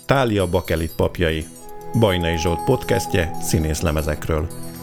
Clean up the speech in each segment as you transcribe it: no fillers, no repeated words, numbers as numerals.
Thália Bakelit papjai. Bajnai Zsolt podcastje színészlemezekről.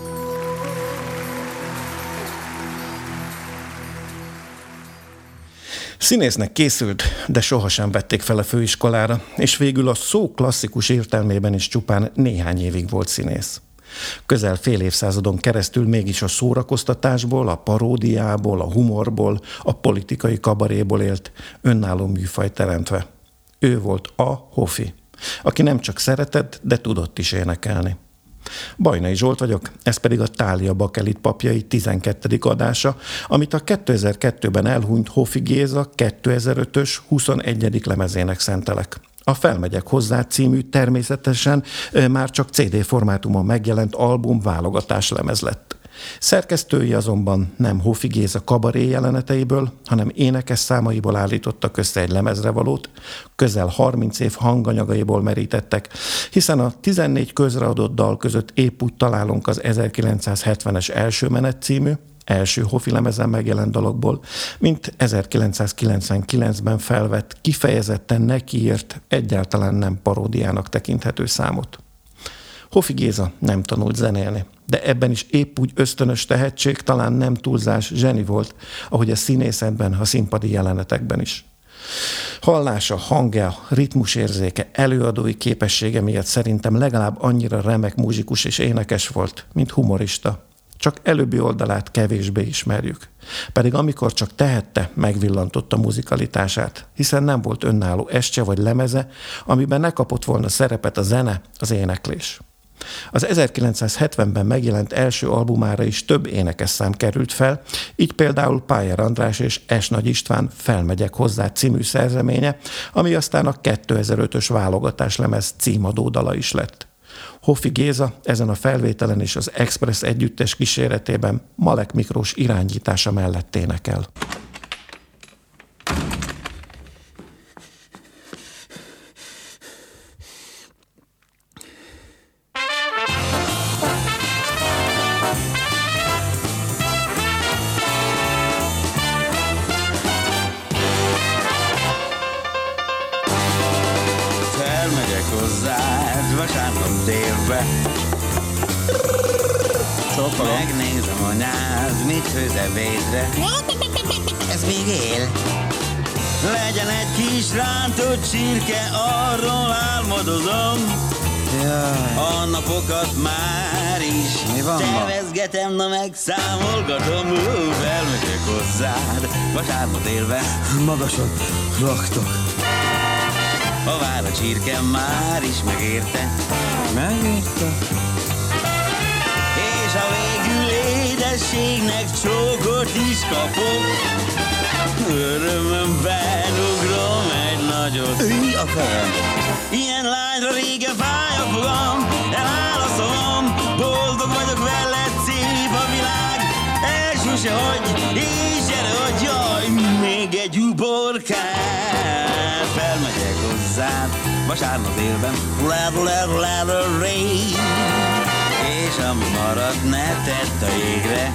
Színésznek készült, de sohasem vették fel a főiskolára, és végül a szó klasszikus értelmében is csupán néhány évig volt színész. Közel fél évszázadon keresztül mégis a szórakoztatásból, a paródiából, a humorból, a politikai kabaréból élt, önálló műfajt teremtve. Ő volt a Hofi, aki nem csak szeretett, de tudott is énekelni. Bajnai Zsolt vagyok, ez pedig a Thália Bakelit papjai 12. adása, amit a 2002-ben elhunyt Hofi Géza 2005-ös 21. lemezének szentelek. A Felmegyek hozzá című természetesen már csak CD formátumon megjelent album válogatás lemez lett. Szerkesztői azonban nem Hofi Géza kabaré jeleneteiből, hanem énekes számaiból állítottak össze egy lemezre valót, közel 30 év hanganyagaiból merítettek, hiszen a 14 közreadott dal között épp úgy találunk az 1970-es Első menet című, első Hofi lemezen megjelent dalokból, mint 1999-ben felvett, kifejezetten nekiírt, egyáltalán nem paródiának tekinthető számot. Hofi Géza nem tanult zenélni, de ebben is épp úgy ösztönös tehetség, talán nem túlzás, zseni volt, ahogy a színészetben, a színpadi jelenetekben is. Hallása, hangja, ritmusérzéke, előadói képessége miatt szerintem legalább annyira remek muzsikus és énekes volt, mint humorista. Csak előbbi oldalát kevésbé ismerjük. Pedig amikor csak tehette, megvillantotta muzikalitását, hiszen nem volt önálló estje vagy lemeze, amiben ne kapott volna szerepet a zene, az éneklés. Az 1970-ben megjelent első albumára is több énekes szám került fel, így például Pájer András és S. Nagy István Felmegyek hozzá című szerzeménye, ami aztán a 2005-ös válogatás lemez címadó dala is lett. Hofi Géza ezen a felvételen és az Express együttes kíséretében Malek Miklós irányítása mellett énekel. Vasárnap délbe megnézem anyád, mit főz ebédre. Ez még él. Legyen egy kis rántott csirke, arról álmodozom. A napokat már is tervezgetem, na megszámolgatom. Felmegyek hozzád vasárnap délbe. Magasan raktok. A vár a csirke már is megérte. Megérte? És ha végül édességnek csókot is kapok, örömömben ugrom egy nagyot. Ülj a fejem! Ilyen lányra régen fáj a fogam, eláll a szavam, boldog vagyok veled, szép a világ. Elsőse hagy, és gyere, hogy jaj, még egy uborkát. Felmegyek hozzád vasárnap délben, let rain. És ami marad, ne tedd a jégre.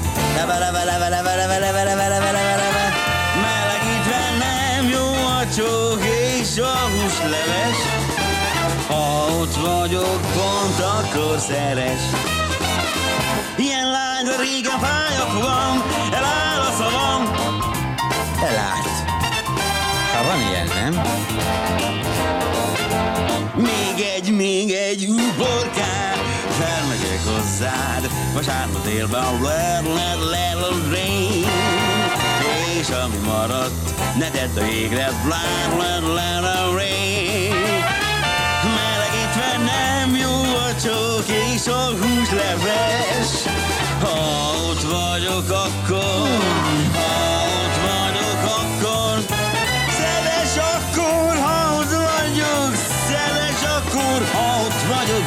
Melegítve nem jó a csók és a húsleves. Ha ott vagyok, pont akkor szeres. Ilyen lányra régen fáj a fogam, eláll a szavam. Elállt. Ha van ilyen, nem? Még egy uborkát. Felmegyek hozzád vasárnap délben, let rain. És ami maradt, ne tedd a jégre, let rain. Melegítve nem jó a csók és a húsleves. Ha ott vagyok, akkor szeles akkor, ha ott vagyok, szeles akkor, ha ott vagyok,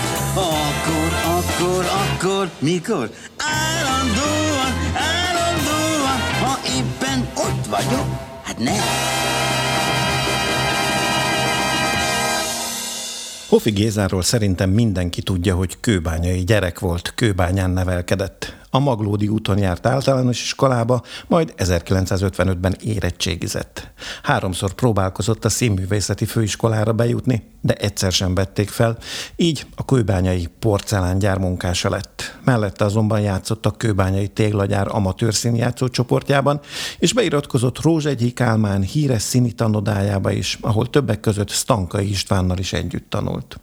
akkor, mikor? Állandóan, ha éppen ott vagyok, hát ne. Hofi Gézáról szerintem mindenki tudja, hogy kőbányai gyerek volt, Kőbányán nevelkedett. A Maglódi úton járt általános iskolába, majd 1955-ben érettségizett. 3-szor próbálkozott a Színművészeti Főiskolára bejutni, de egyszer sem vették fel, így a kőbányai porcelángyár munkása lett. Mellette azonban játszott a kőbányai téglagyár amatőr színjátszó csoportjában, és beiratkozott Rózsegyi Kálmán híres színi tanodájába is, ahol többek között Stankai Istvánnal is együtt tanult.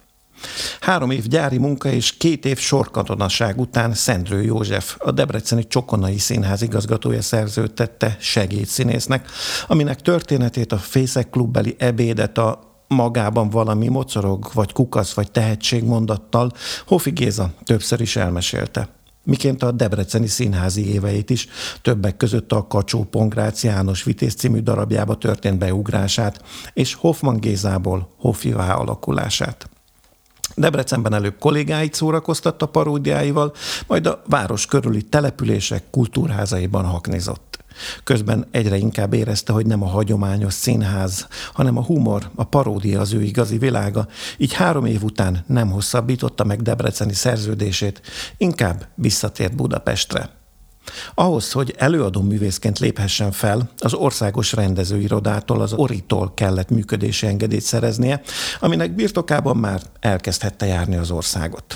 3 év gyári munka és 2 év sorkatonasság után Szendrő József, a debreceni Csokonai Színház igazgatója szerződtette segédszínésznek, aminek történetét a Fészek klubbeli ebédet a magában valami mocorog, vagy kukasz, vagy tehetségmondattal Hofi Géza többször is elmesélte. Miként a debreceni színházi éveit is, többek között a Kacsó-Pongrácz János Vitéz című darabjába történt beugrását, és Hoffmann Gézából Hofivá alakulását. Debrecenben előbb kollégáit szórakoztatta paródiáival, majd a város körüli települések kultúrházaiban haknizott. Közben egyre inkább érezte, hogy nem a hagyományos színház, hanem a humor, a paródia az ő igazi világa, így 3 év után nem hosszabbította meg debreceni szerződését, inkább visszatért Budapestre. Ahhoz, hogy előadó művészként léphessen fel, az Országos Rendezőirodától, az ORI-tól kellett működési engedélyt szereznie, aminek birtokában már elkezdhette járni az országot.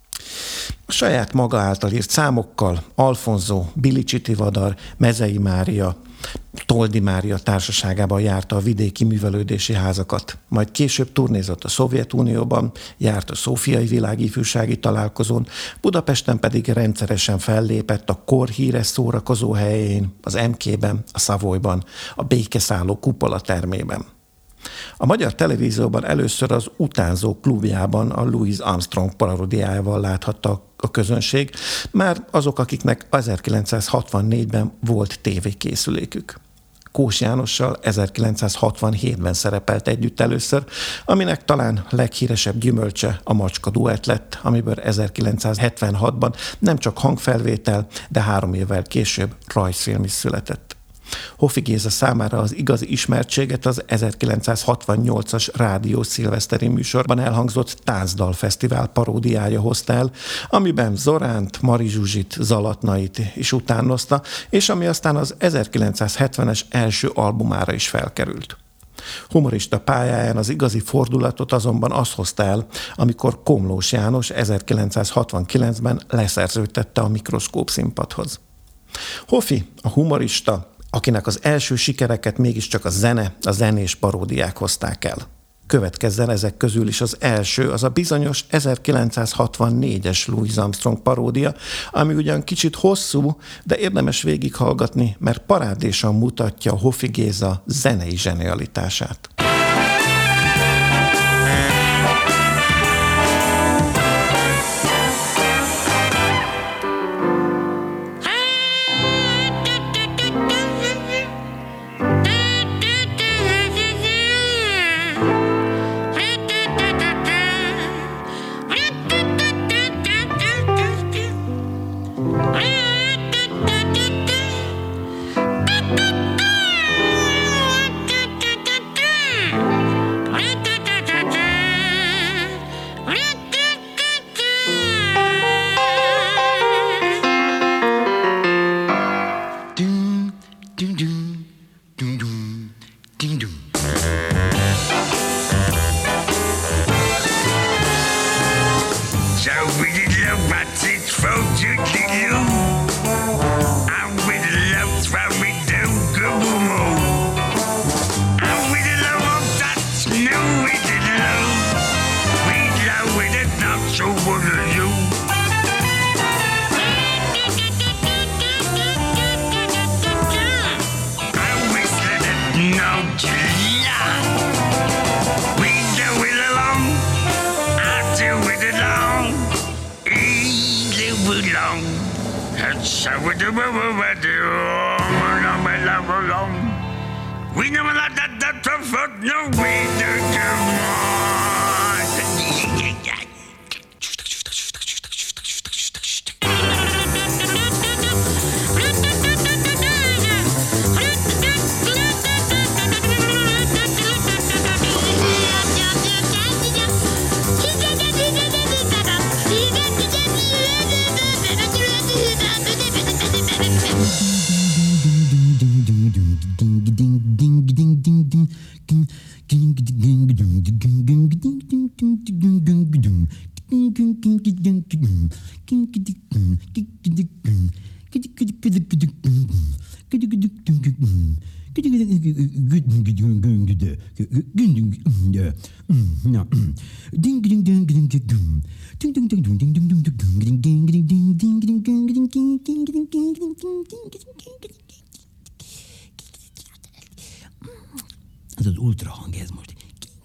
A saját maga által írt számokkal Alfonso, Bilics Tivadar, Mezei Mária, Toldi Mária társaságában járta a vidéki művelődési házakat, majd később turnézott a Szovjetunióban, járt a Szófiai Világifjúsági Találkozón, Budapesten pedig rendszeresen fellépett a kor híres szórakozó helyén, az MK-ben, a Savoyban, a Békeszálló Kupola termében. A magyar televízióban először az Utánzó klubjában a Louis Armstrong paródiájával láthatta a közönség, már azok, akiknek 1964-ben volt tévékészülékük. Kós Jánossal 1967-ben szerepelt együtt először, aminek talán leghíresebb gyümölcse a Macska duett lett, amiből 1976-ban nem csak hangfelvétel, de 3 évvel később rajzfilm is született. Hofi Géza számára az igazi ismertséget az 1968-as rádió szilveszteri műsorban elhangzott Táncdalfesztivál paródiája hozta el, amiben Zoránt, Mari Zsuzsit, Zalatnait is utánozta, és ami aztán az 1970-es első albumára is felkerült. Humorista pályáján az igazi fordulatot azonban az hozta el, amikor Komlós János 1969-ben leszerződtette a Mikroszkóp színpadhoz. Hofi, a humorista, akinek az első sikereket mégiscsak a zenés paródiák hozták el. Következzen ezek közül is az első, az a bizonyos 1964-es Louis Armstrong paródia, ami ugyan kicsit hosszú, de érdemes végighallgatni, mert parádésan mutatja Hofi Géza zenei zsenialitását. We never let that fuck no way to Ez az ultrahang, ez most.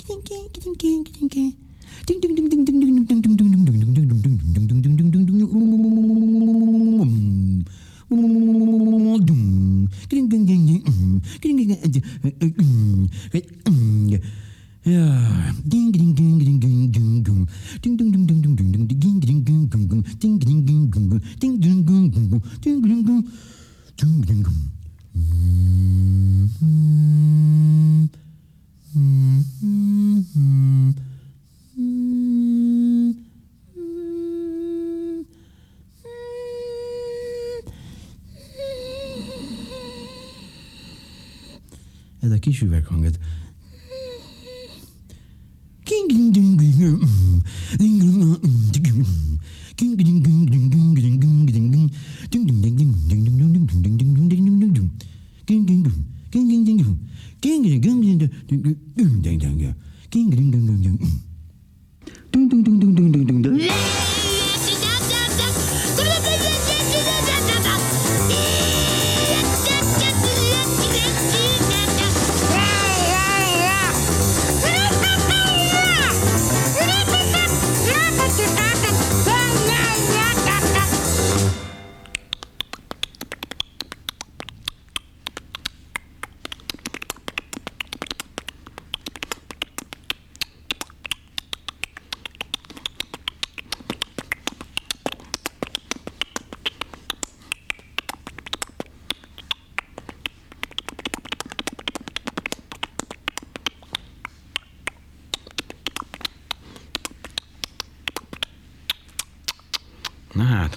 Ez a kis üveghang, ez. Na hát.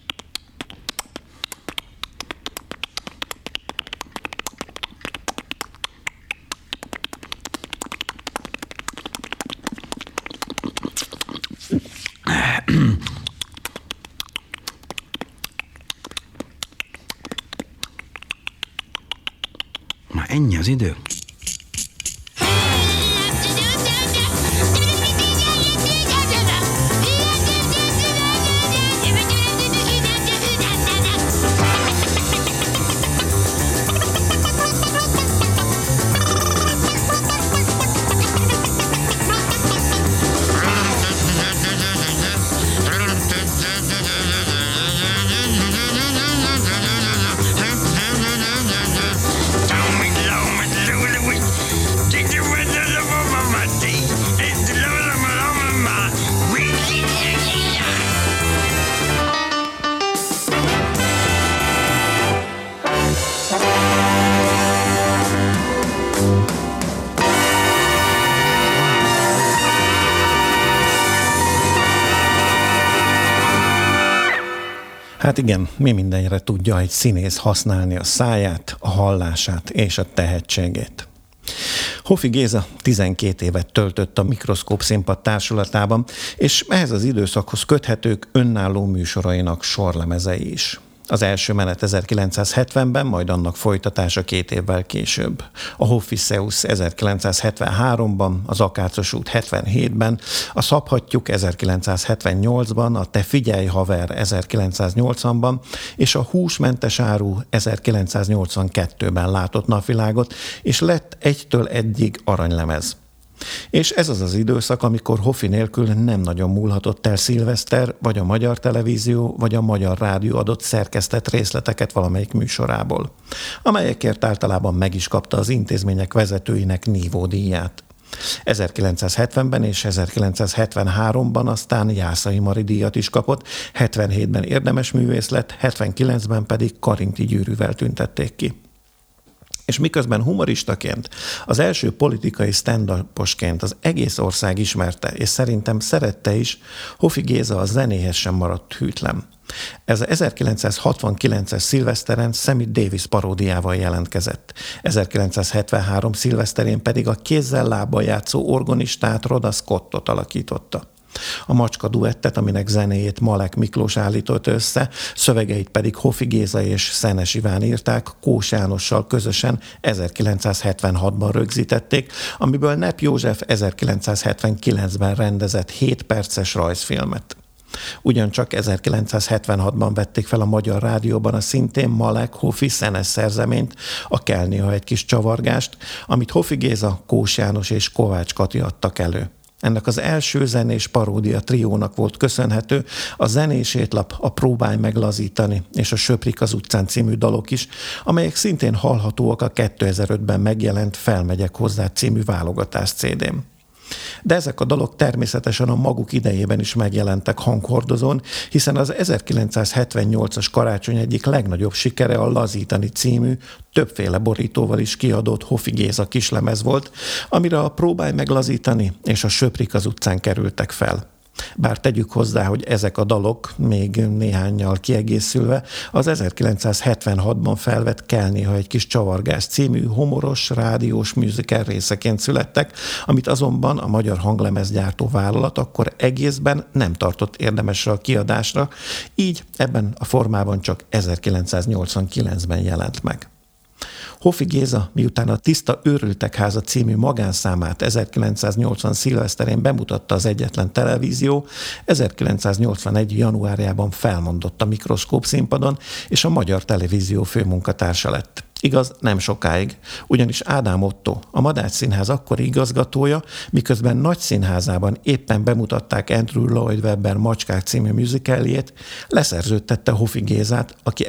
Már ennyi az idő? Hát igen, mi mindenre tudja egy színész használni a száját, a hallását és a tehetségét. Hofi Géza 12 évet töltött a Mikroszkóp Színpad társulatában, és ehhez az időszakhoz köthetők önálló műsorainak sorlemezei is. Az első menet 1970-ben, majd annak folytatása 2 évvel később. A Hofficeus 1973-ban, az Akácos út 77-ben, a Szabhattyúk 1978-ban, a Te figyelj haver 1980-ban, és a Húsmentes áru 1982-ben látott napvilágot, és lett 1-től 1-ig aranylemez. És ez az az időszak, amikor Hofi nélkül nem nagyon múlhatott el szilveszter, vagy a Magyar Televízió, vagy a Magyar Rádió adott szerkesztett részleteket valamelyik műsorából, amelyekért általában meg is kapta az intézmények vezetőinek nívódíját. 1970-ben és 1973-ban aztán Jászai Mari díjat is kapott, 77-ben érdemes művész lett, 79-ben pedig Karinti gyűrűvel tüntették ki. És miközben humoristaként, az első politikai stand-uposként az egész ország ismerte, és szerintem szerette is, Hofi Géza a zenéhez sem maradt hűtlen. Ez 1969-es szilveszteren Sammy Davis paródiával jelentkezett. 1973 szilveszterén pedig a kézzel-lábbal játszó orgonistát Rhoda Scottot alakította. A Macska duettet, aminek zenéjét Malek Miklós állított össze, szövegeit pedig Hofi Géza és Szenes Iván írták, Kós Jánossal közösen 1976-ban rögzítették, amiből Nepp József 1979-ben rendezett 7 perces rajzfilmet. Ugyancsak 1976-ban vették fel a Magyar Rádióban a szintén Malek, Hofi, Szenes szerzeményt, a Kell néha egy kis csavargást, amit Hofi Géza, Kós János és Kovács Kati adtak elő. Ennek az első zenés paródia triónak volt köszönhető a zenés étlap, a Próbálj meg lazítani és a Söprik az utcán című dalok is, amelyek szintén hallhatóak a 2005-ben megjelent Felmegyek hozzá című válogatás CD-n. De ezek a dalok természetesen a maguk idejében is megjelentek hanghordozón, hiszen az 1978-as karácsony egyik legnagyobb sikere a Lazítani című, többféle borítóval is kiadott Hofi Géza kislemez volt, amire a Próbálj meg lazítani és a Söprik az utcán kerültek fel. Bár tegyük hozzá, hogy ezek a dalok, még néhánnyal kiegészülve, az 1976-ban felvett Kell néha egy kis csavargás című humoros, rádiós musical részeként születtek, amit azonban a magyar hanglemezgyártó vállalat akkor egészben nem tartott érdemesre a kiadásra, így ebben a formában csak 1989-ben jelent meg. Hofi Géza, miután a Tiszta őrültek háza című magánszámát 1980 szilveszterén bemutatta az egyetlen televízió, 1981. januárjában felmondott a Mikroszkóp színpadon, és a Magyar Televízió főmunkatársa lett. Igaz, nem sokáig, ugyanis Ádám Otto, a Madách Színház akkori igazgatója, miközben nagy színházában éppen bemutatták Andrew Lloyd Webber Macskák című musicaljét, leszerződtette Hofi Gézát, aki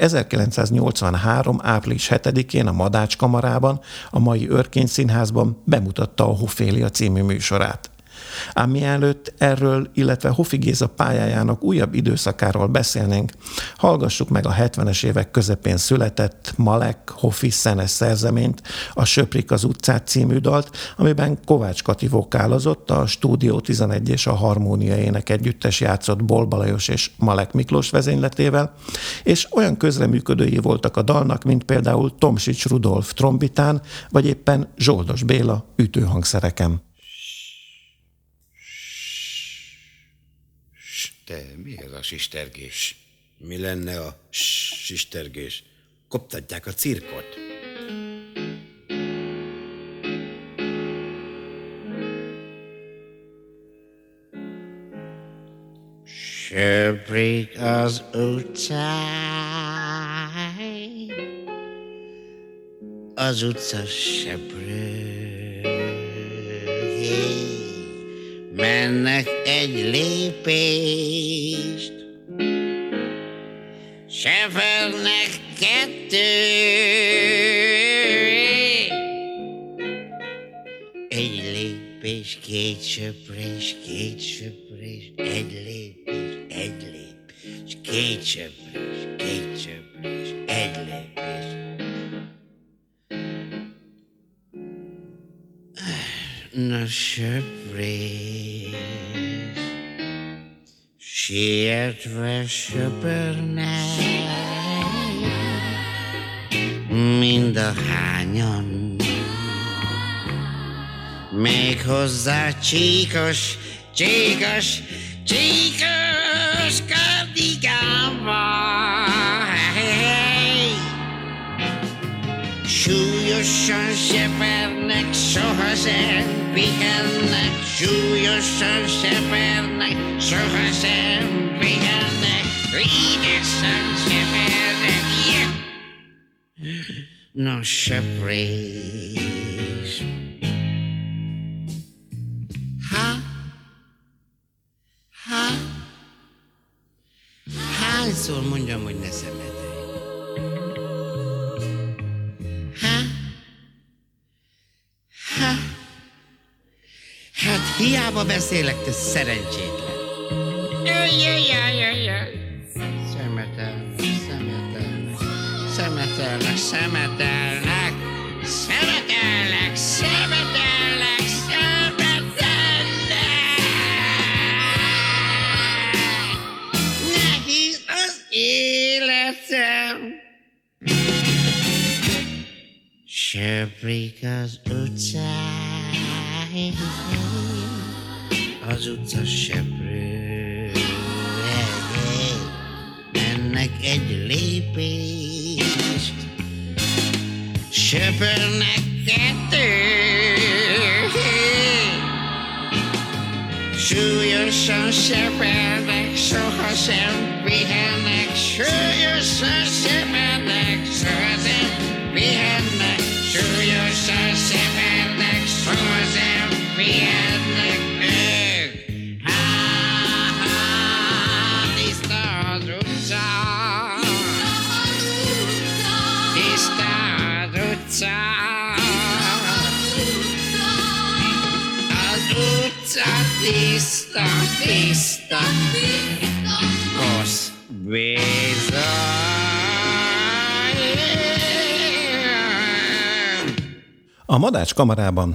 1983. április 7-én a Madács kamarában, a mai Örkény Színházban bemutatta a Hofélia című műsorát. Ám mielőtt erről, illetve Hofi Géza pályájának újabb időszakáról beszélnénk, hallgassuk meg a 70-es évek közepén született Malek, Hofi, Szenes szerzeményt, a Söprik az utcát című dalt, amiben Kovács Kati vokálozott, a Stúdió 11 és a Harmónia ének együttes játszott Bolba Lajos és Malek Miklós vezényletével, és olyan közreműködői voltak a dalnak, mint például Tomsics Rudolf trombitán, vagy éppen Zsoldos Béla ütőhangszereken. Te, mi ez a sistergés? Mi lenne a sistergés? Koptatják a cirkot. Söprik az utcán, az utca söprő, mennek egy lépést, söpörnek 2. Egy lépés, 2 söprés, 2 söprés, egy lépés, 2 söprés, 2 söprés, egy lépés. Na söprés, sietve söpörnek, mind a hányan, méghozzá csíkos, csíkos, csíkos kardigánban. Súlyosan sepernek, sohasem pihennek, súlyosan sepernek, sohasem pihennek, rídesen sepernek, no söprés. Hányszor mondjam, hogy ne szemedj? Hát hiába beszélek, te szerencsétlen. Szemetelnek, szemetelnek, szemetelnek, szemetelnek, Söprik az utcáin, az utca söprő, mennek egy lépést, söpörnek kettőt, súlyosan söpörnek, sohasem pihennek, súlyosan söpörnek, sohasem pihennek, súlyosan söpörnek, sohasem pihennek ők. Tiszta az utca, tiszta az utca, az utca tiszta, tiszta, kosz bizony. A Madács kamarában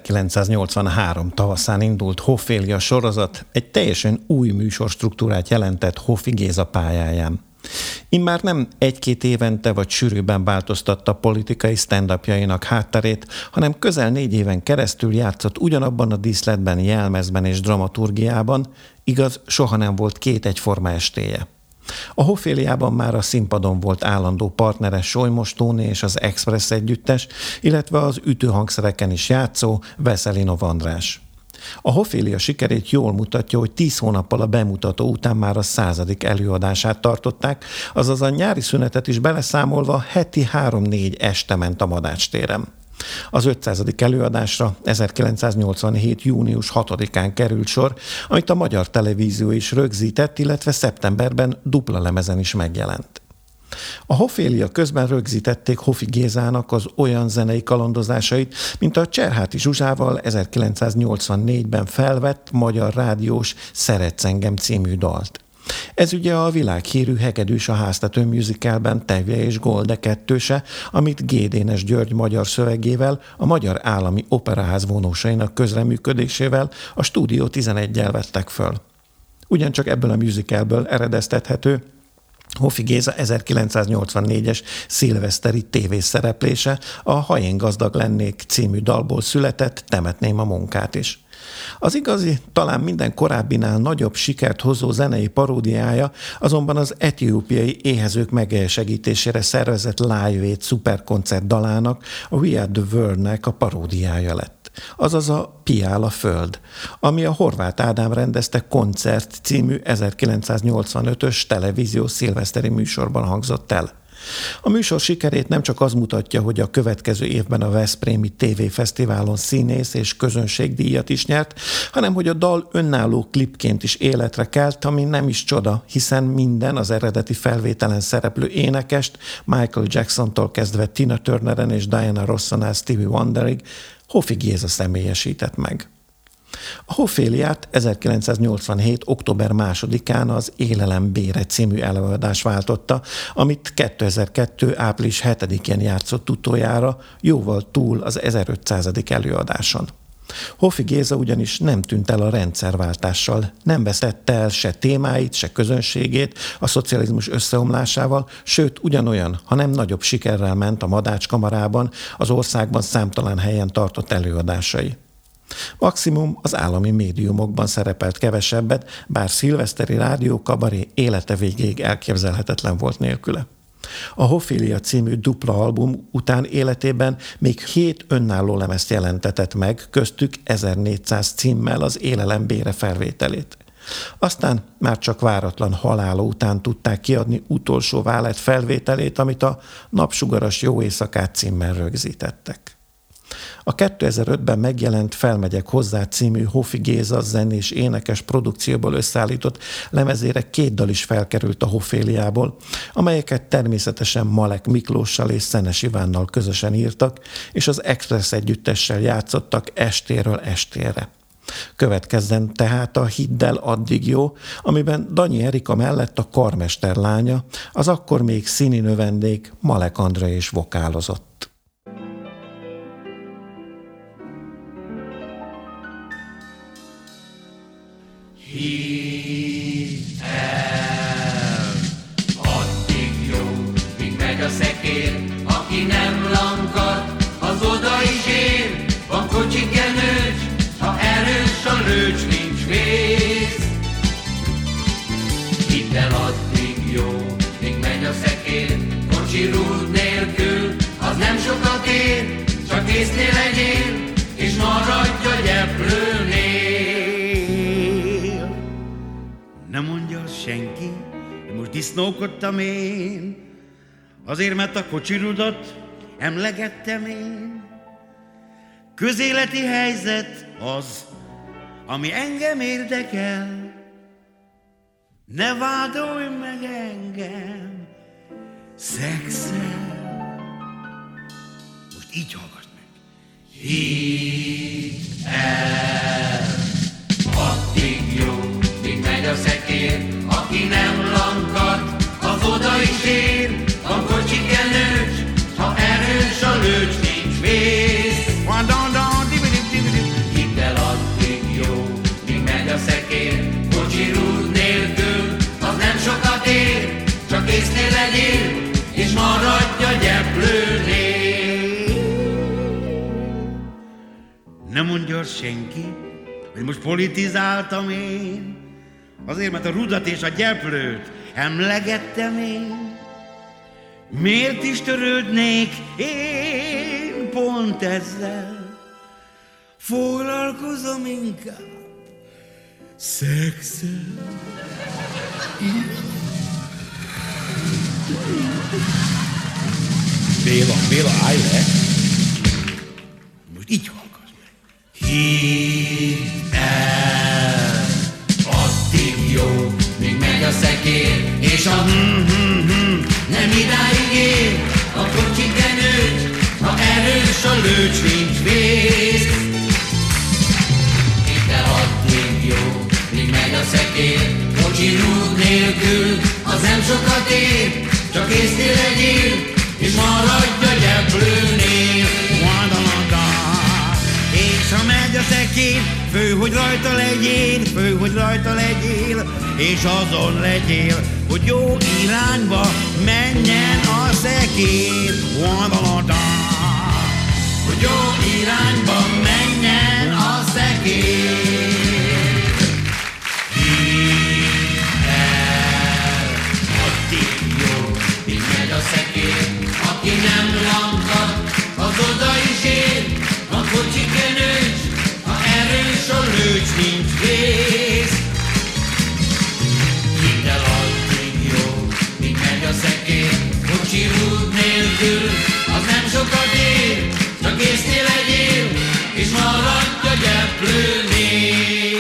1983 tavaszán indult Hoffélia sorozat egy teljesen új műsorstruktúrát jelentett Hoffi Géza pályáján. Immár nem egy-két évente vagy sűrűbben változtatta politikai stand-upjainak hátterét, hanem közel 4 éven keresztül játszott ugyanabban a díszletben, jelmezben és dramaturgiában, igaz, soha nem volt 2 egyforma estéje. A Hofféliában már a színpadon volt állandó partnere Solymos Tóni és az Express együttes, illetve az ütőhangszereken is játszó Veszelinov András. A Hoffélia sikerét jól mutatja, hogy 10 hónappal a bemutató után már a 100. előadását tartották, azaz a nyári szünetet is beleszámolva heti 3-4 este ment a Madács téren. Az 500. előadásra 1987. június 6-án került sor, amit a Magyar Televízió is rögzített, illetve szeptemberben dupla lemezen is megjelent. A Hoffélia közben rögzítették Hoffi Gézának az olyan zenei kalandozásait, mint a Cserháti Zsuzsával 1984-ben felvett magyar rádiós Szeretsz engem című dalt. Ez ugye a világhírű Hegedűs a háztető musicalben Tevje és Golde kettőse, amit G. Dénes György magyar szövegével, a Magyar Állami Operaház vonósainak közreműködésével a Stúdió 11-jel vettek föl. Ugyancsak ebből a musicalből eredeztethető Hoffi Géza 1984-es szilveszteri tévészereplése, a Ha én gazdag lennék című dalból született Temetném a munkát is. Az igazi, talán minden korábbinál nagyobb sikert hozó zenei paródiája azonban az etiópiai éhezők megsegítésére szervezett Live Aid szuperkoncert dalának, a We Are The World-nek a paródiája lett. Azaz a Piál a föld, ami a Horváth Ádám rendezte Koncert című 1985-ös televíziós szilveszteri műsorban hangzott el. A műsor sikerét nem csak az mutatja, hogy a következő évben a Veszprémi TV-fesztiválon színész és közönségdíjat is nyert, hanem hogy a dal önálló klipként is életre kelt, ami nem is csoda, hiszen minden az eredeti felvételen szereplő énekest, Michael Jacksontól kezdve Tina Turneren és Diana Rosson át Stevie Wonderig Hoffi Géza személyesített meg. A Hofféliát 1987. október 2-án az Élelem bére című előadás váltotta, amit 2002. április 7-én játszott utoljára, jóval túl az 1500. előadáson. Hoffi Géza ugyanis nem tűnt el a rendszerváltással, nem vesztette el se témáit, se közönségét a szocializmus összeomlásával, sőt ugyanolyan, hanem nagyobb sikerrel ment a Madács kamarában az országban számtalan helyen tartott előadásai. Maximum az állami médiumokban szerepelt kevesebbet, bár szilveszteri rádiókabaré élete végéig elképzelhetetlen volt nélküle. A Hoffélia című dupla album után életében még 7 önálló lemezt jelentetett meg, köztük 1400 címmel az Élelem bére felvételét. Aztán már csak váratlan halála után tudták kiadni utolsó vállett felvételét, amit a Napsugaras jó éjszakát címmel rögzítettek. A 2005-ben megjelent Felmegyek hozzá című Hoffi Géza zenés énekes produkcióból összeállított lemezére 2 dal is felkerült a Hofféliából, amelyeket természetesen Malek Miklóssal és Szenes Ivánnal közösen írtak, és az Express együttessel játszottak estéről estére. Következzen tehát a Hidd el, addig jó, amiben Danyi Erika mellett a karmester lánya, az akkor még színi növendék Malek Andrea is vokálozott. Hidd el, addig jó, míg megy a szekér, aki nem lankad, az oda észnél legyél, és maradj a gyeplőnél. Ne mondja azt senki, hogy most disznókodtam én, azért, mert a kocsirudat emlegettem én. Közéleti helyzet az, ami engem érdekel. Ne vádolj meg engem szexel. Most így hallgass meg. Hidd el, addig jó, míg megy a szekér, aki nem lankad, az oda is ér. Van kocsikenős, ha erős a lőcs, nincs vész. Hidd el, addig jó, míg megy a szekér, kocsirúd nélkül, az nem sokat ér. Csak észnél legyél, és maradj a gyeplőnél. Ne mondja senki, hogy most politizáltam én, azért, mert a rudat és a gyeplőt emlegettem én. Miért is törődnék én pont ezzel? Foglalkozom inkább szexel. Béla, állj le! Most így hallgass meg. Hidd el, addig jó, míg megy a szekér, és a nem idáig ér. A kocsikenőt, ha erős a lőcs, nincs vész. Hidd el, addig jó, míg megy a szekér, kocsirúd nélkül, az nem sokat ér. Csak észnél legyél, és maradj a gyeplőnél. És ha megy a szekér, fő, hogy rajta legyél, és azon legyél, hogy jó irányba menjen a szekér. Hogy jó irányba menjen a szekér. Hidd el, addig jó, míg megy a szekér, aki nem lankad, az oda is ér. A kocsikenős, ha erős a lőcs, nincs vész. Hidd el, addig jó, míg megy a szekér, kocsirúd nélkül, az nem sokat ér. Csak észnél legyél, és maradj a gyeplőnél.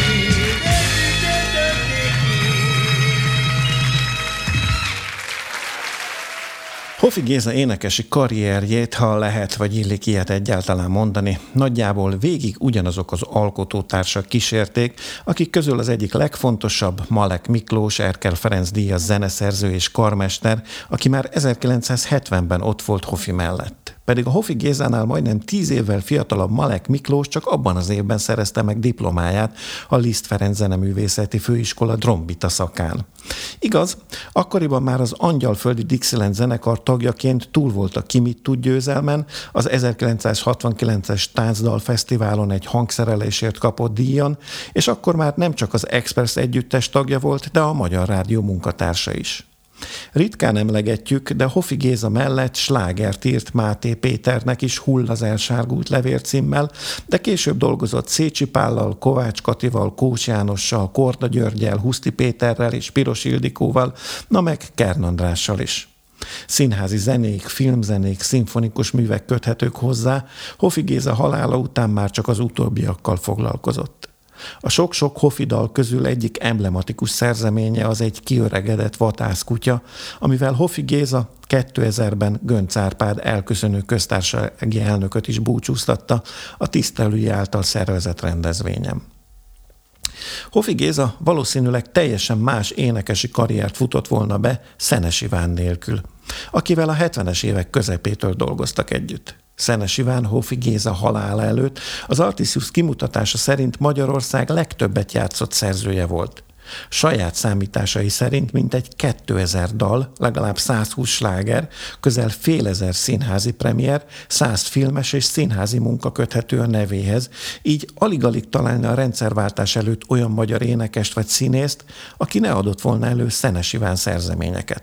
Hofi Géza énekesi karrierjét, ha lehet vagy illik ilyet egyáltalán mondani, nagyjából végig ugyanazok az alkotótársak kísérték, akik közül az egyik legfontosabb Malek Miklós, Erkel Ferenc díjas zeneszerző és karmester, aki már 1970-ben ott volt Hofi mellett. Pedig a Hofi Gézánál majdnem 10 évvel fiatalabb Malek Miklós csak abban az évben szerezte meg diplomáját a Liszt Ferenc Zeneművészeti Főiskola trombita szakán. Igaz, akkoriban már az Angyalföldi Dixieland zenekar tagjaként túl volt a Ki mit tud győzelmen, az 1969-es Táncdal Fesztiválon egy hangszerelésért kapott díjon, és akkor már nem csak az Express együttes tagja volt, de a Magyar Rádió munkatársa is. Ritkán emlegetjük, de Hofi Géza mellett slágert írt Máté Péternek is Hull az elsárgult levél címmel, de később dolgozott Szécsi Pállal, Kovács Katival, Kós Jánossal, Korda Györggyel, Huszti Péterrel és Piros Ildikóval, na meg Kern Andrással is. Színházi zenék, filmzenék, szimfonikus művek köthetők hozzá, Hofi Géza halála után már csak az utóbbiakkal foglalkozott. A sok-sok Hofi dal közül egyik emblematikus szerzeménye az egy kiöregedett vadászkutya, amivel Hofi Géza 2000-ben Göncz Árpád elköszönő köztársasági elnököt is búcsúztatta a tisztelői által szervezett rendezvényen. Hofi Géza valószínűleg teljesen más énekesi karriert futott volna be Szenes Iván nélkül, akivel a 70-es évek közepétől dolgoztak együtt. Szenes Iván Hofi Géza halála előtt az Artisius kimutatása szerint Magyarország legtöbbet játszott szerzője volt. Saját számításai szerint mintegy 2000 dal, legalább 120 sláger, közel fél ezer színházi premier, 100 filmes és színházi munka köthető a nevéhez, így alig-alig találna a rendszerváltás előtt olyan magyar énekest vagy színészt, aki ne adott volna elő Szenes Iván szerzeményeket.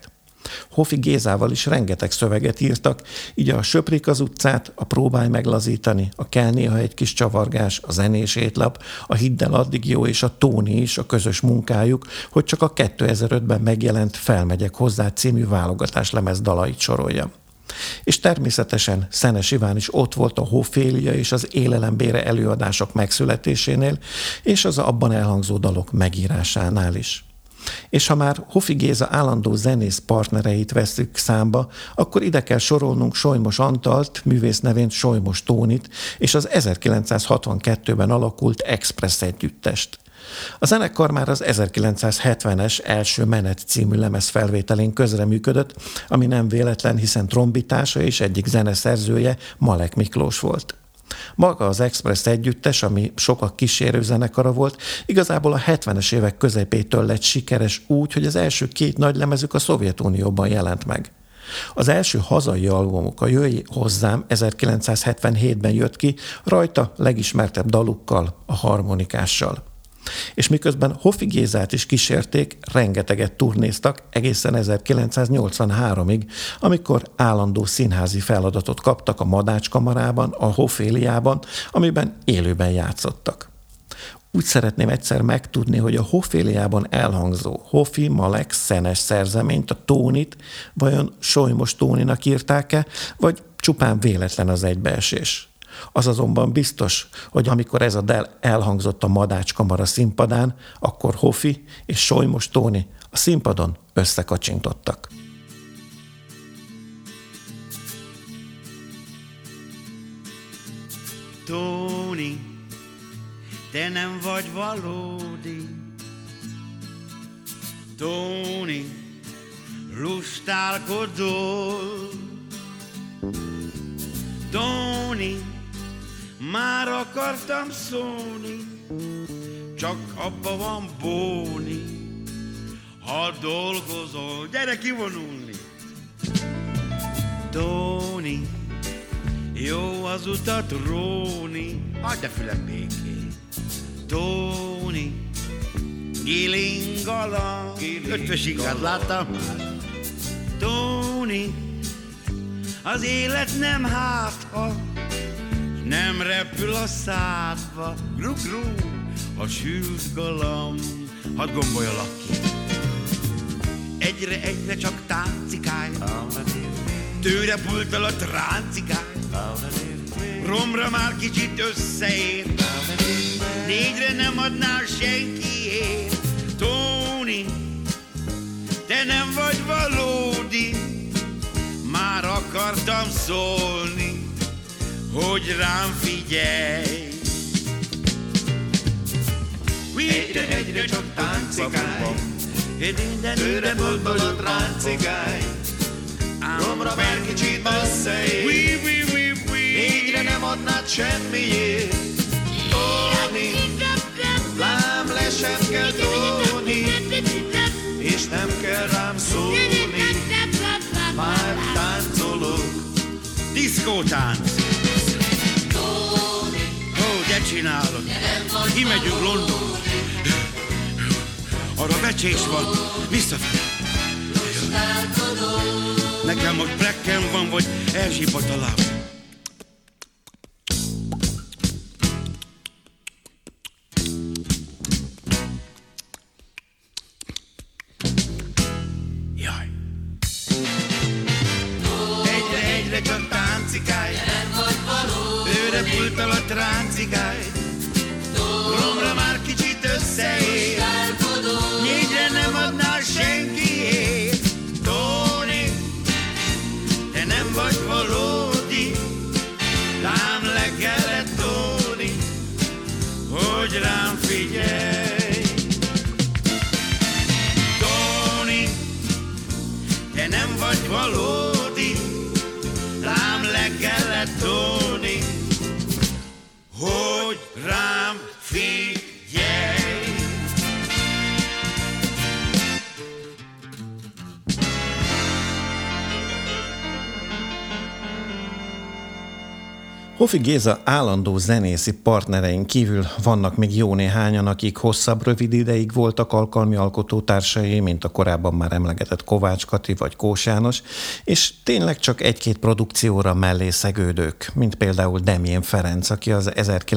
Hofi Gézával is rengeteg szöveget írtak, így a Söprik az utcát, a Próbálj meglazítani, a Kell néha egy kis csavargás, a Zenés étlap, a Hidd el addig jó és a Tóni is a közös munkájuk, hogy csak a 2005-ben megjelent Felmegyek hozzá című válogatáslemez dalait sorolja. És természetesen Szenes Iván is ott volt a Hófélia és az Élelembére előadások megszületésénél, és az abban elhangzó dalok megírásánál is. És ha már Hofi Géza állandó zenész partnereit vesszük számba, akkor ide kell sorolnunk Solymos Antalt, művész nevén Solymos Tónit, és az 1962-ben alakult Express együttest. A zenekar már az 1970-es Első menet című lemez felvételén közreműködött, ami nem véletlen, hiszen trombitása és egyik zeneszerzője Malek Miklós volt. Maga az Express együttes, ami sokak kísérő zenekara volt, igazából a 70-es évek közepétől lett sikeres úgy, hogy az első 2 nagy lemezük a Szovjetunióban jelent meg. Az első hazai albumuk, a Jöjj hozzám 1977-ben jött ki, rajta legismertebb dalukkal, a Harmonikással. És miközben Hofi Gézát is kísérték, rengeteget turnéztak egészen 1983-ig, amikor állandó színházi feladatot kaptak a Madács kamarában, a Hóféliában, amiben élőben játszottak. Úgy szeretném egyszer megtudni, hogy a Hóféliában elhangzó Hofi, Malek, Szenes szerzeményt, a Tónit vajon Solymos Tóninak írták-e, vagy csupán véletlen az egybeesés. Az azonban biztos, hogy amikor ez a dal elhangzott a Madács kamara színpadán, akkor Hofi és Solymos Tóni a színpadon összekacsintottak. Tóni, te nem vagy valódi. Tóni, lustálkodol. Tóni, már akartam szólni, csak abba van bóni, ha dolgozol. Gyere kivonulni! Tóni, jó az utat róni, hagyd a fülem békén. Tóni, gilingala, ötvös ingát láttam már. Tóni, az élet nem hátha, nem repül a szádba, gru-gru, a sült galamb, hadd gombolyolak ki. Egyre csak táncikálj, tőle pult el a tráncikálj, romra már kicsit összeér, 4-re nem adnál senkiért. Tóni, te nem vagy valódi, már akartam szólni, hogy rám figyelj. Egyre csak táncikálj, tőre boltból a tráncikálj, romra már kicsit összeér, 4-re nem adnád semmiért. Tóni, lám le sem kell tóni, és nem kell rám szólni, már táncolok. Diszkótánc! Ó, de csinálod! Kimegyünk Londonba! Arra becsés van, visszafele! Nekem most Blacken van, vagy elzsipat a láb. Jaj! Egyre csak táncikálj, őre pulttal a tráncikálj, romra már kicsit összeér, 4-re nem adnál senkiért. Tóni, te nem vagy valódi, rám le kellett tóni, hogy rám figyelj. Tóni, te nem vagy valódi, rám le kellett tóni, hogy rám figyelj. Hofi Géza állandó zenészi partnerein kívül vannak még jó néhányan, akik rövid ideig voltak alkalmi alkotótársai, mint a korábban már emlegetett Kovács Kati vagy Kós János, és tényleg csak egy-két produkcióra mellé szegődők, mint például Demjén Ferenc, aki az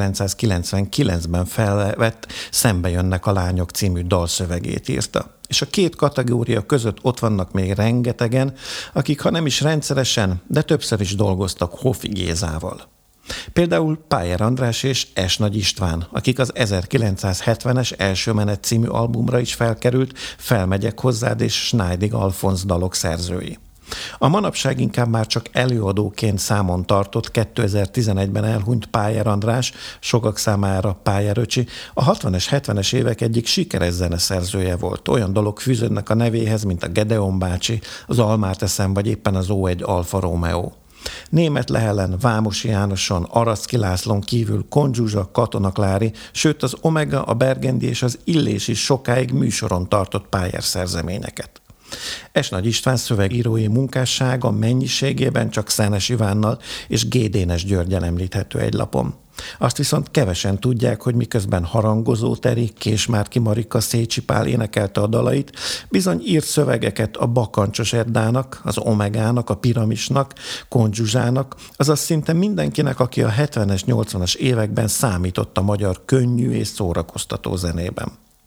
1999-ben felvett Szembe jönnek a lányok című dalszövegét írta. És a két kategória között ott vannak még rengetegen, akik ha nem is rendszeresen, de többször is dolgoztak Hofi Gézával. Például Pájer András és S. Nagy István, akik az 1970-es Első menet című albumra is felkerült Felmegyek hozzád és Schneidig Alfonz dalok szerzői. A manapság inkább már csak előadóként számon tartott 2011-ben elhunyt Pájer András, sokak számára Pájer öcsi, a 60-es, 70-es évek egyik sikeres zeneszerzője volt. Olyan dalok fűződnek a nevéhez, mint a Gedeon bácsi, az Almát eszem, vagy éppen az O1 Alfa Romeo. Németh Lehellen, Vámosi Jánoson, Araszki Lászlón kívül Kondzsuzsa, Katona Klári, sőt az Omega, a Bergendi és az Illés is sokáig műsoron tartott Pájer szerzeményeket. S. Nagy István szövegírói munkássága mennyiségében csak Szenes Ivánnal és G. Dénes Györggyel említhető egy lapon. Azt viszont kevesen tudják, hogy miközben Harangozó Teri, Késmárki Marika, Szécsi Pál énekelte a dalait, bizony írt szövegeket a Bakancsos Eddának, az Omegának, a Piramisnak, Kondzsuzsának, azaz szinte mindenkinek, aki a 70-es, 80-as években számított a magyar könnyű és szórakoztató zenében.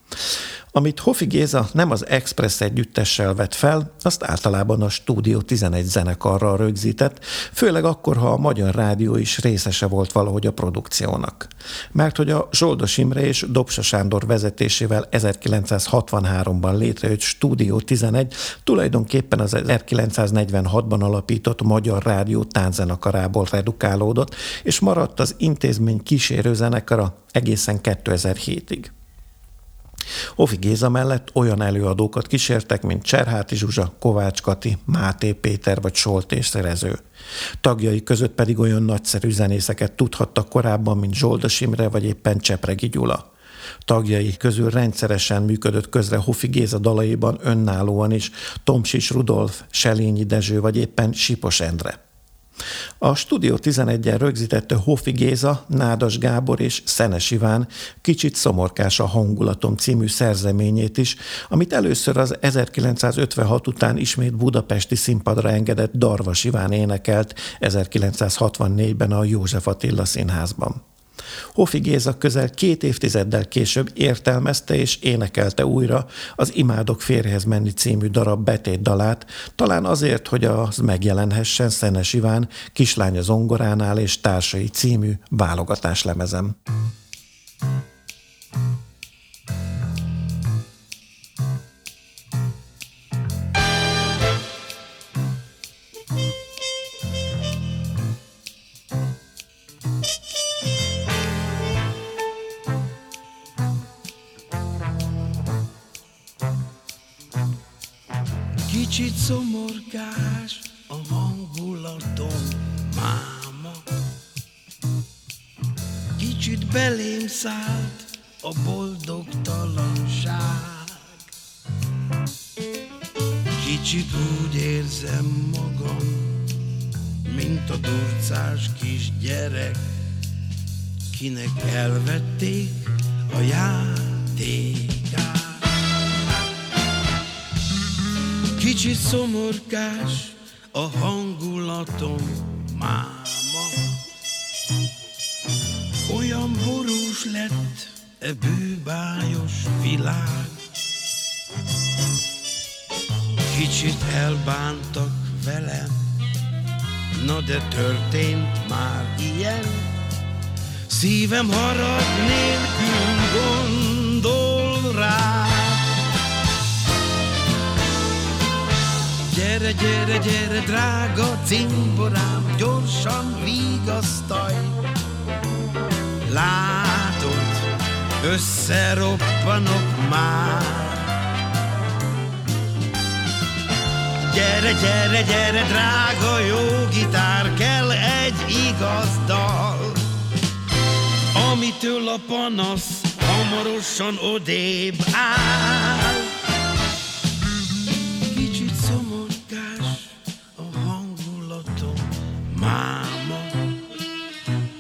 Amit Hofi Géza nem az Express együttessel vett fel, azt általában a Stúdió 11 zenekarral rögzített, főleg akkor, ha a Magyar Rádió is részese volt valahogy a produkciónak. Mert hogy a Zsoldos Imre és Dobsa Sándor vezetésével 1963-ban létrejött Stúdió 11 tulajdonképpen az 1946-ban alapított Magyar Rádió tánczenekarából redukálódott, és maradt az intézmény kísérő zenekara egészen 2007-ig. Hofi Géza mellett olyan előadókat kísértek, mint Cserháti Zsuzsa, Kovács Kati, Máté Péter vagy Soltés Szerező. Tagjai között pedig olyan nagyszerű zenészeket tudhattak korábban, mint Zsoldos Imre vagy éppen Csepregi Gyula. Tagjai közül rendszeresen működött közre Hofi Géza dalaiban önállóan is Tomsis Rudolf, Selényi Dezső vagy éppen Sipos Endre. A Stúdió 11-en rögzítette Hofi Géza, Nádas Gábor és Szenes Iván Kicsit szomorkás a hangulatom című szerzeményét is, amit először az 1956 után ismét budapesti színpadra engedett Darvas Iván énekelt 1964-ben a József Attila Színházban. Hofi Géza közel 2 évtizeddel később értelmezte és énekelte újra az Imádok férjhez menni című darab betétdalát, talán azért, hogy az megjelenhessen Szenes Iván Kislány a zongoránál és társai című válogatáslemezem. Kicsit szomorkás a hangulatom, máma. Kicsit belém szállt a boldogtalanság. Kicsit úgy érzem magam, mint a durcás kisgyerek, kinek elvették a játékát. Kicsit szomorkás a hangulatom, máma. Olyan borús lett e bűbájos világ. Kicsit elbántak velem, na de történt már ilyen. Szívem harag nélkül gondol rá. Gyere, gyere, gyere, drága cimborám, gyorsan vigasztalj. Látod, összeroppanok már. Gyere, gyere, gyere, drága jó gitár, kell egy igaz dal, amitől a panasz hamarosan odébb áll. Kicsit szomorkás a hangulatom, máma.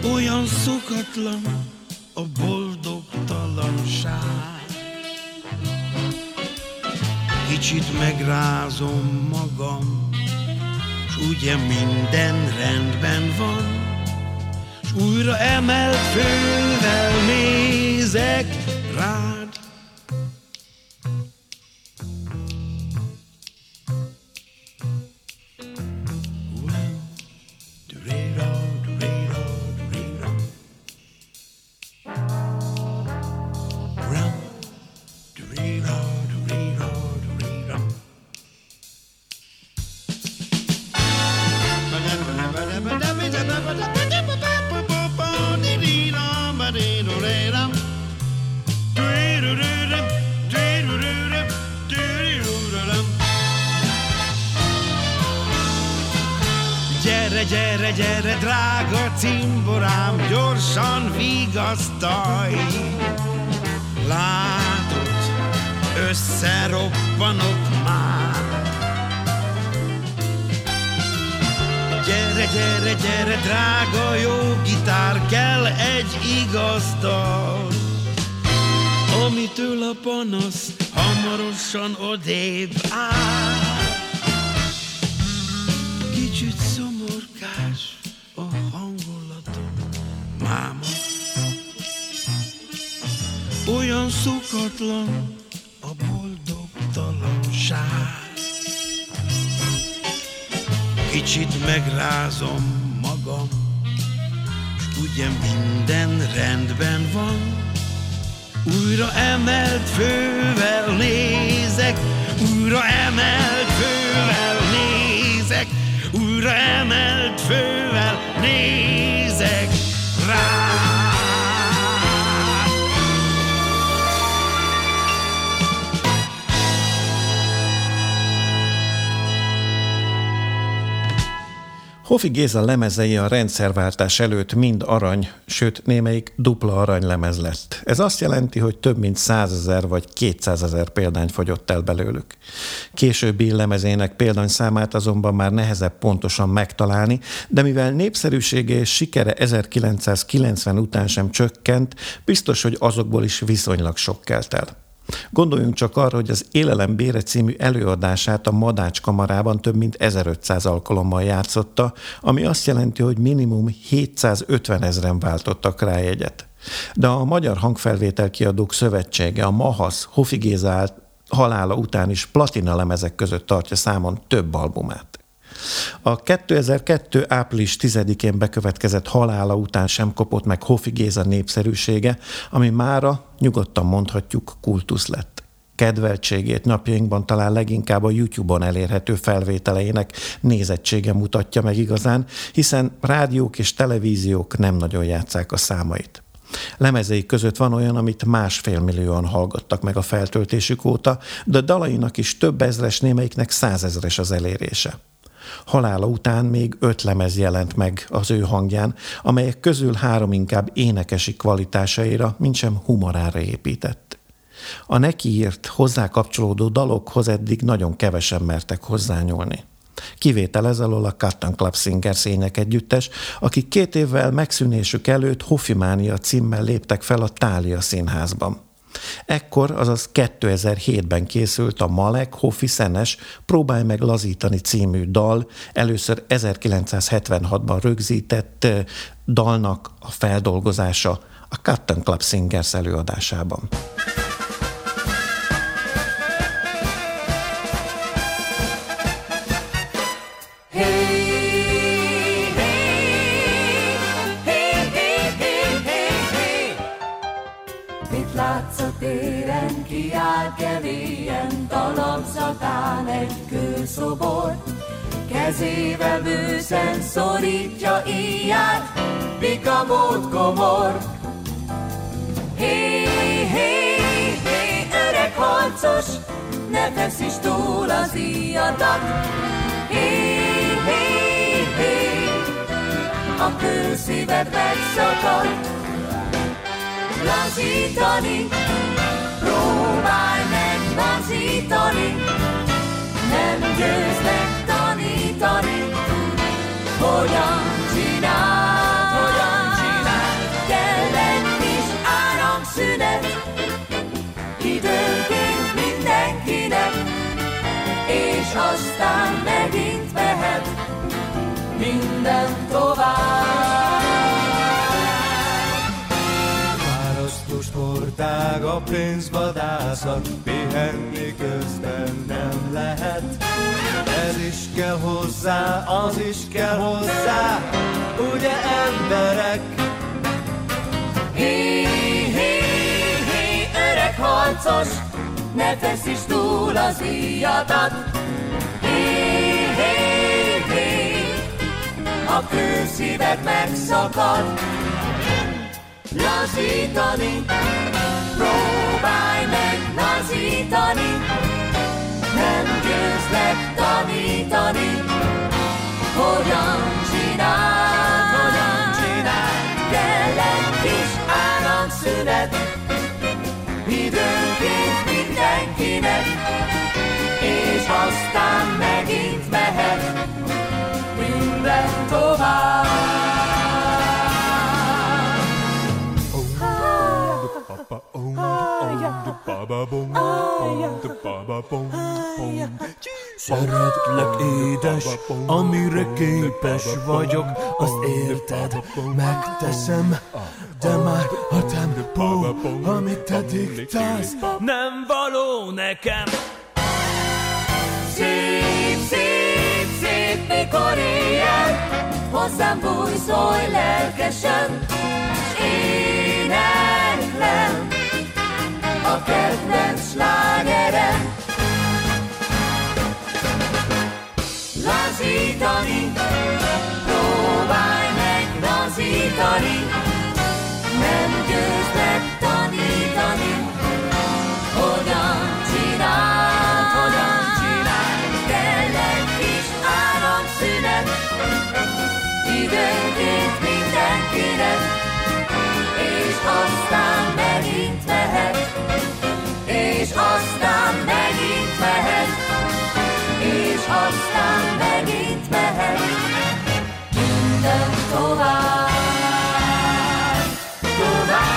Olyan szokatlan a boldogtalanság. Kicsit megrázom magam, s ugye minden rendben van, s újra emelt fővel nézek rád. Gyere, gyere, gyere, drága cimborám, gyorsan vigasztalj. Látod, összeroppanok már. Gyere, gyere, gyere, drága jó gitár, kell egy igaz dal, amitől a panasz hamarosan odébb áll. Kicsit szomorkás a hangulatom, máma. Olyan szokatlan a boldogtalanság. Kicsit megrázom magam, s ugye minden rendben van. Újra emelt fővel nézek, újra emelt fővel nézek, újra emelt fővel nézek rá. Hofi Géza lemezei a rendszerváltás előtt mind arany, sőt némelyik dupla aranylemez lett. Ez azt jelenti, hogy több mint 100 000 vagy 200 000 példány fogyott el belőlük. Későbbi lemezének példányszámát azonban már nehezebb pontosan megtalálni, de mivel népszerűsége és sikere 1990 után sem csökkent, biztos, hogy azokból is viszonylag sok kelt el. Gondoljunk csak arra, hogy az Élelem bére című előadását a Madács kamarában több mint 1500 alkalommal játszotta, ami azt jelenti, hogy minimum 750 000-en váltottak rá jegyet. De a Magyar Hangfelvétel Kiadók Szövetsége, a MAHASZ, Hofi Géza halála után is platina lemezek között tartja számon több albumát. A 2002. április 10-én bekövetkezett halála után sem kopott meg Hofi Géza népszerűsége, ami mára nyugodtan mondhatjuk kultusz lett. Kedveltségét napjainkban talán leginkább a YouTube-on elérhető felvételeinek nézettsége mutatja meg igazán, hiszen rádiók és televíziók nem nagyon játsszák a számait. Lemezei között van olyan, amit 1,5 millióan hallgattak meg a feltöltésük óta, de dalainak is több ezres, némelyiknek 100 000-es az elérése. Halála után még 5 lemez jelent meg az ő hangján, amelyek közül 3 inkább énekesi kvalitásaira, mintsem humorára épített. A neki írt, hozzá kapcsolódó dalokhoz eddig nagyon kevesen mertek hozzányúlni. Kivétel ez alól a Cotton Club Singers énekegyüttes, akik 2 évvel megszűnésük előtt Hofimánia címmel léptek fel a Thália Színházban. Ekkor, azaz 2007-ben készült a Malek Hofi Szenes Próbálj meg lazítani című dal, először 1976-ban rögzített dalnak a feldolgozása a Cotton Club Singers előadásában. Téren kiáll kevélyen, talapzatán egy kőszobor, kezével bőszen szorítja íját, pikamót komor. Hé, hé, hé, öreg harcos, ne feszíts túl az íjadat. Hé, hé, hé, a kőszíved megszakadt. Lazítani, próbálj meg lazítani, nem győzlek tanítani, hogyan csináld, hogyan csináld. minden tovább. Választó sportág, a pénzvadászat, pihenni közben nem lehet. Ez is kell hozzá, az is kell hozzá, ugye emberek? Hé, hé, hé, öreg harcos, ne feszíts túl az íjadat. Hé, hé, hé, a kőszíved megszakad. Lazítani, próbálj meg lazítani, nem győzlek tanítani. Hogyan csináld, kell egy kis áramszünet, időnként mindenkinek, és aztán megint mehet minden tovább. Szeretlek, édes, amire képes vagyok, azt érted, megteszem, de már a tempó, amit te diktálsz, nem való nekem. Szép, szép, szép, mikor éjjel hozzám bújszolj lelkesen, s éneklem a kedvenc slágerem. Lazítani, próbálj meg lazítani, nem győzlek tanítani. Hogyan csináld, kell egy kis áramszünet, időnként mindenkinek, és aztán megint mehet, és aztán megint mehet, és aztán megint mehet, minden tovább, tovább.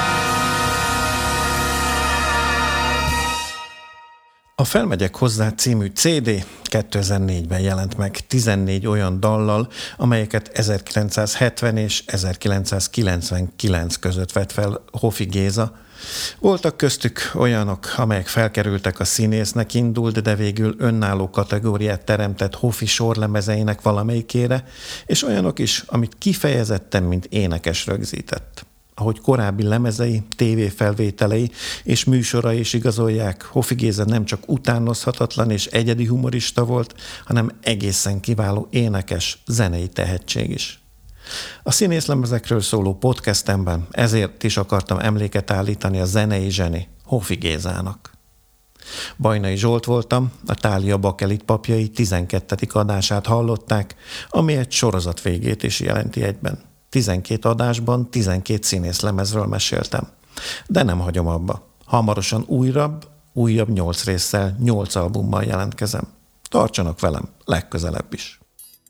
A Felmegyek hozzá című CD 2004-ben jelent meg 14 olyan dallal, amelyeket 1970 és 1999 között vett fel Hofi Géza. Voltak köztük olyanok, amelyek felkerültek a színésznek indult, de végül önálló kategóriát teremtett Hofi sorlemezeinek valamelyikére, és olyanok is, amit kifejezetten, mint énekes rögzített. Ahogy korábbi lemezei, tévéfelvételei és műsorai is igazolják, Hofi Géza nem csak utánozhatatlan és egyedi humorista volt, hanem egészen kiváló énekes, zenei tehetség is. A színészlemezekről szóló podcastemben ezért is akartam emléket állítani a zenei zseni Hofi Gézának. Bajnai Zsolt voltam, a Thália Bakelit papjai 12. adását hallották, ami egy sorozat végét is jelenti egyben. 12 adásban 12 színészlemezről meséltem. De nem hagyom abba. Hamarosan újabb 8 résszel, 8 albummal jelentkezem. Tartsanak velem, legközelebb is.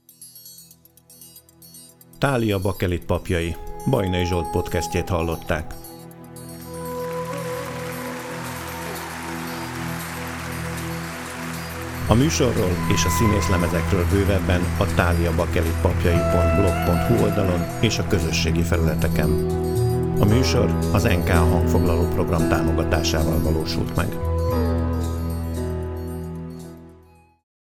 Thália Bakelit papjai, Bajnai Zsolt podcastjét hallották. A műsorról és a színészlemezekről bővebben a thaliabakelitpapjai.blog.hu oldalon és a közösségi felületeken. A műsor az NK hangfoglaló program támogatásával valósult meg.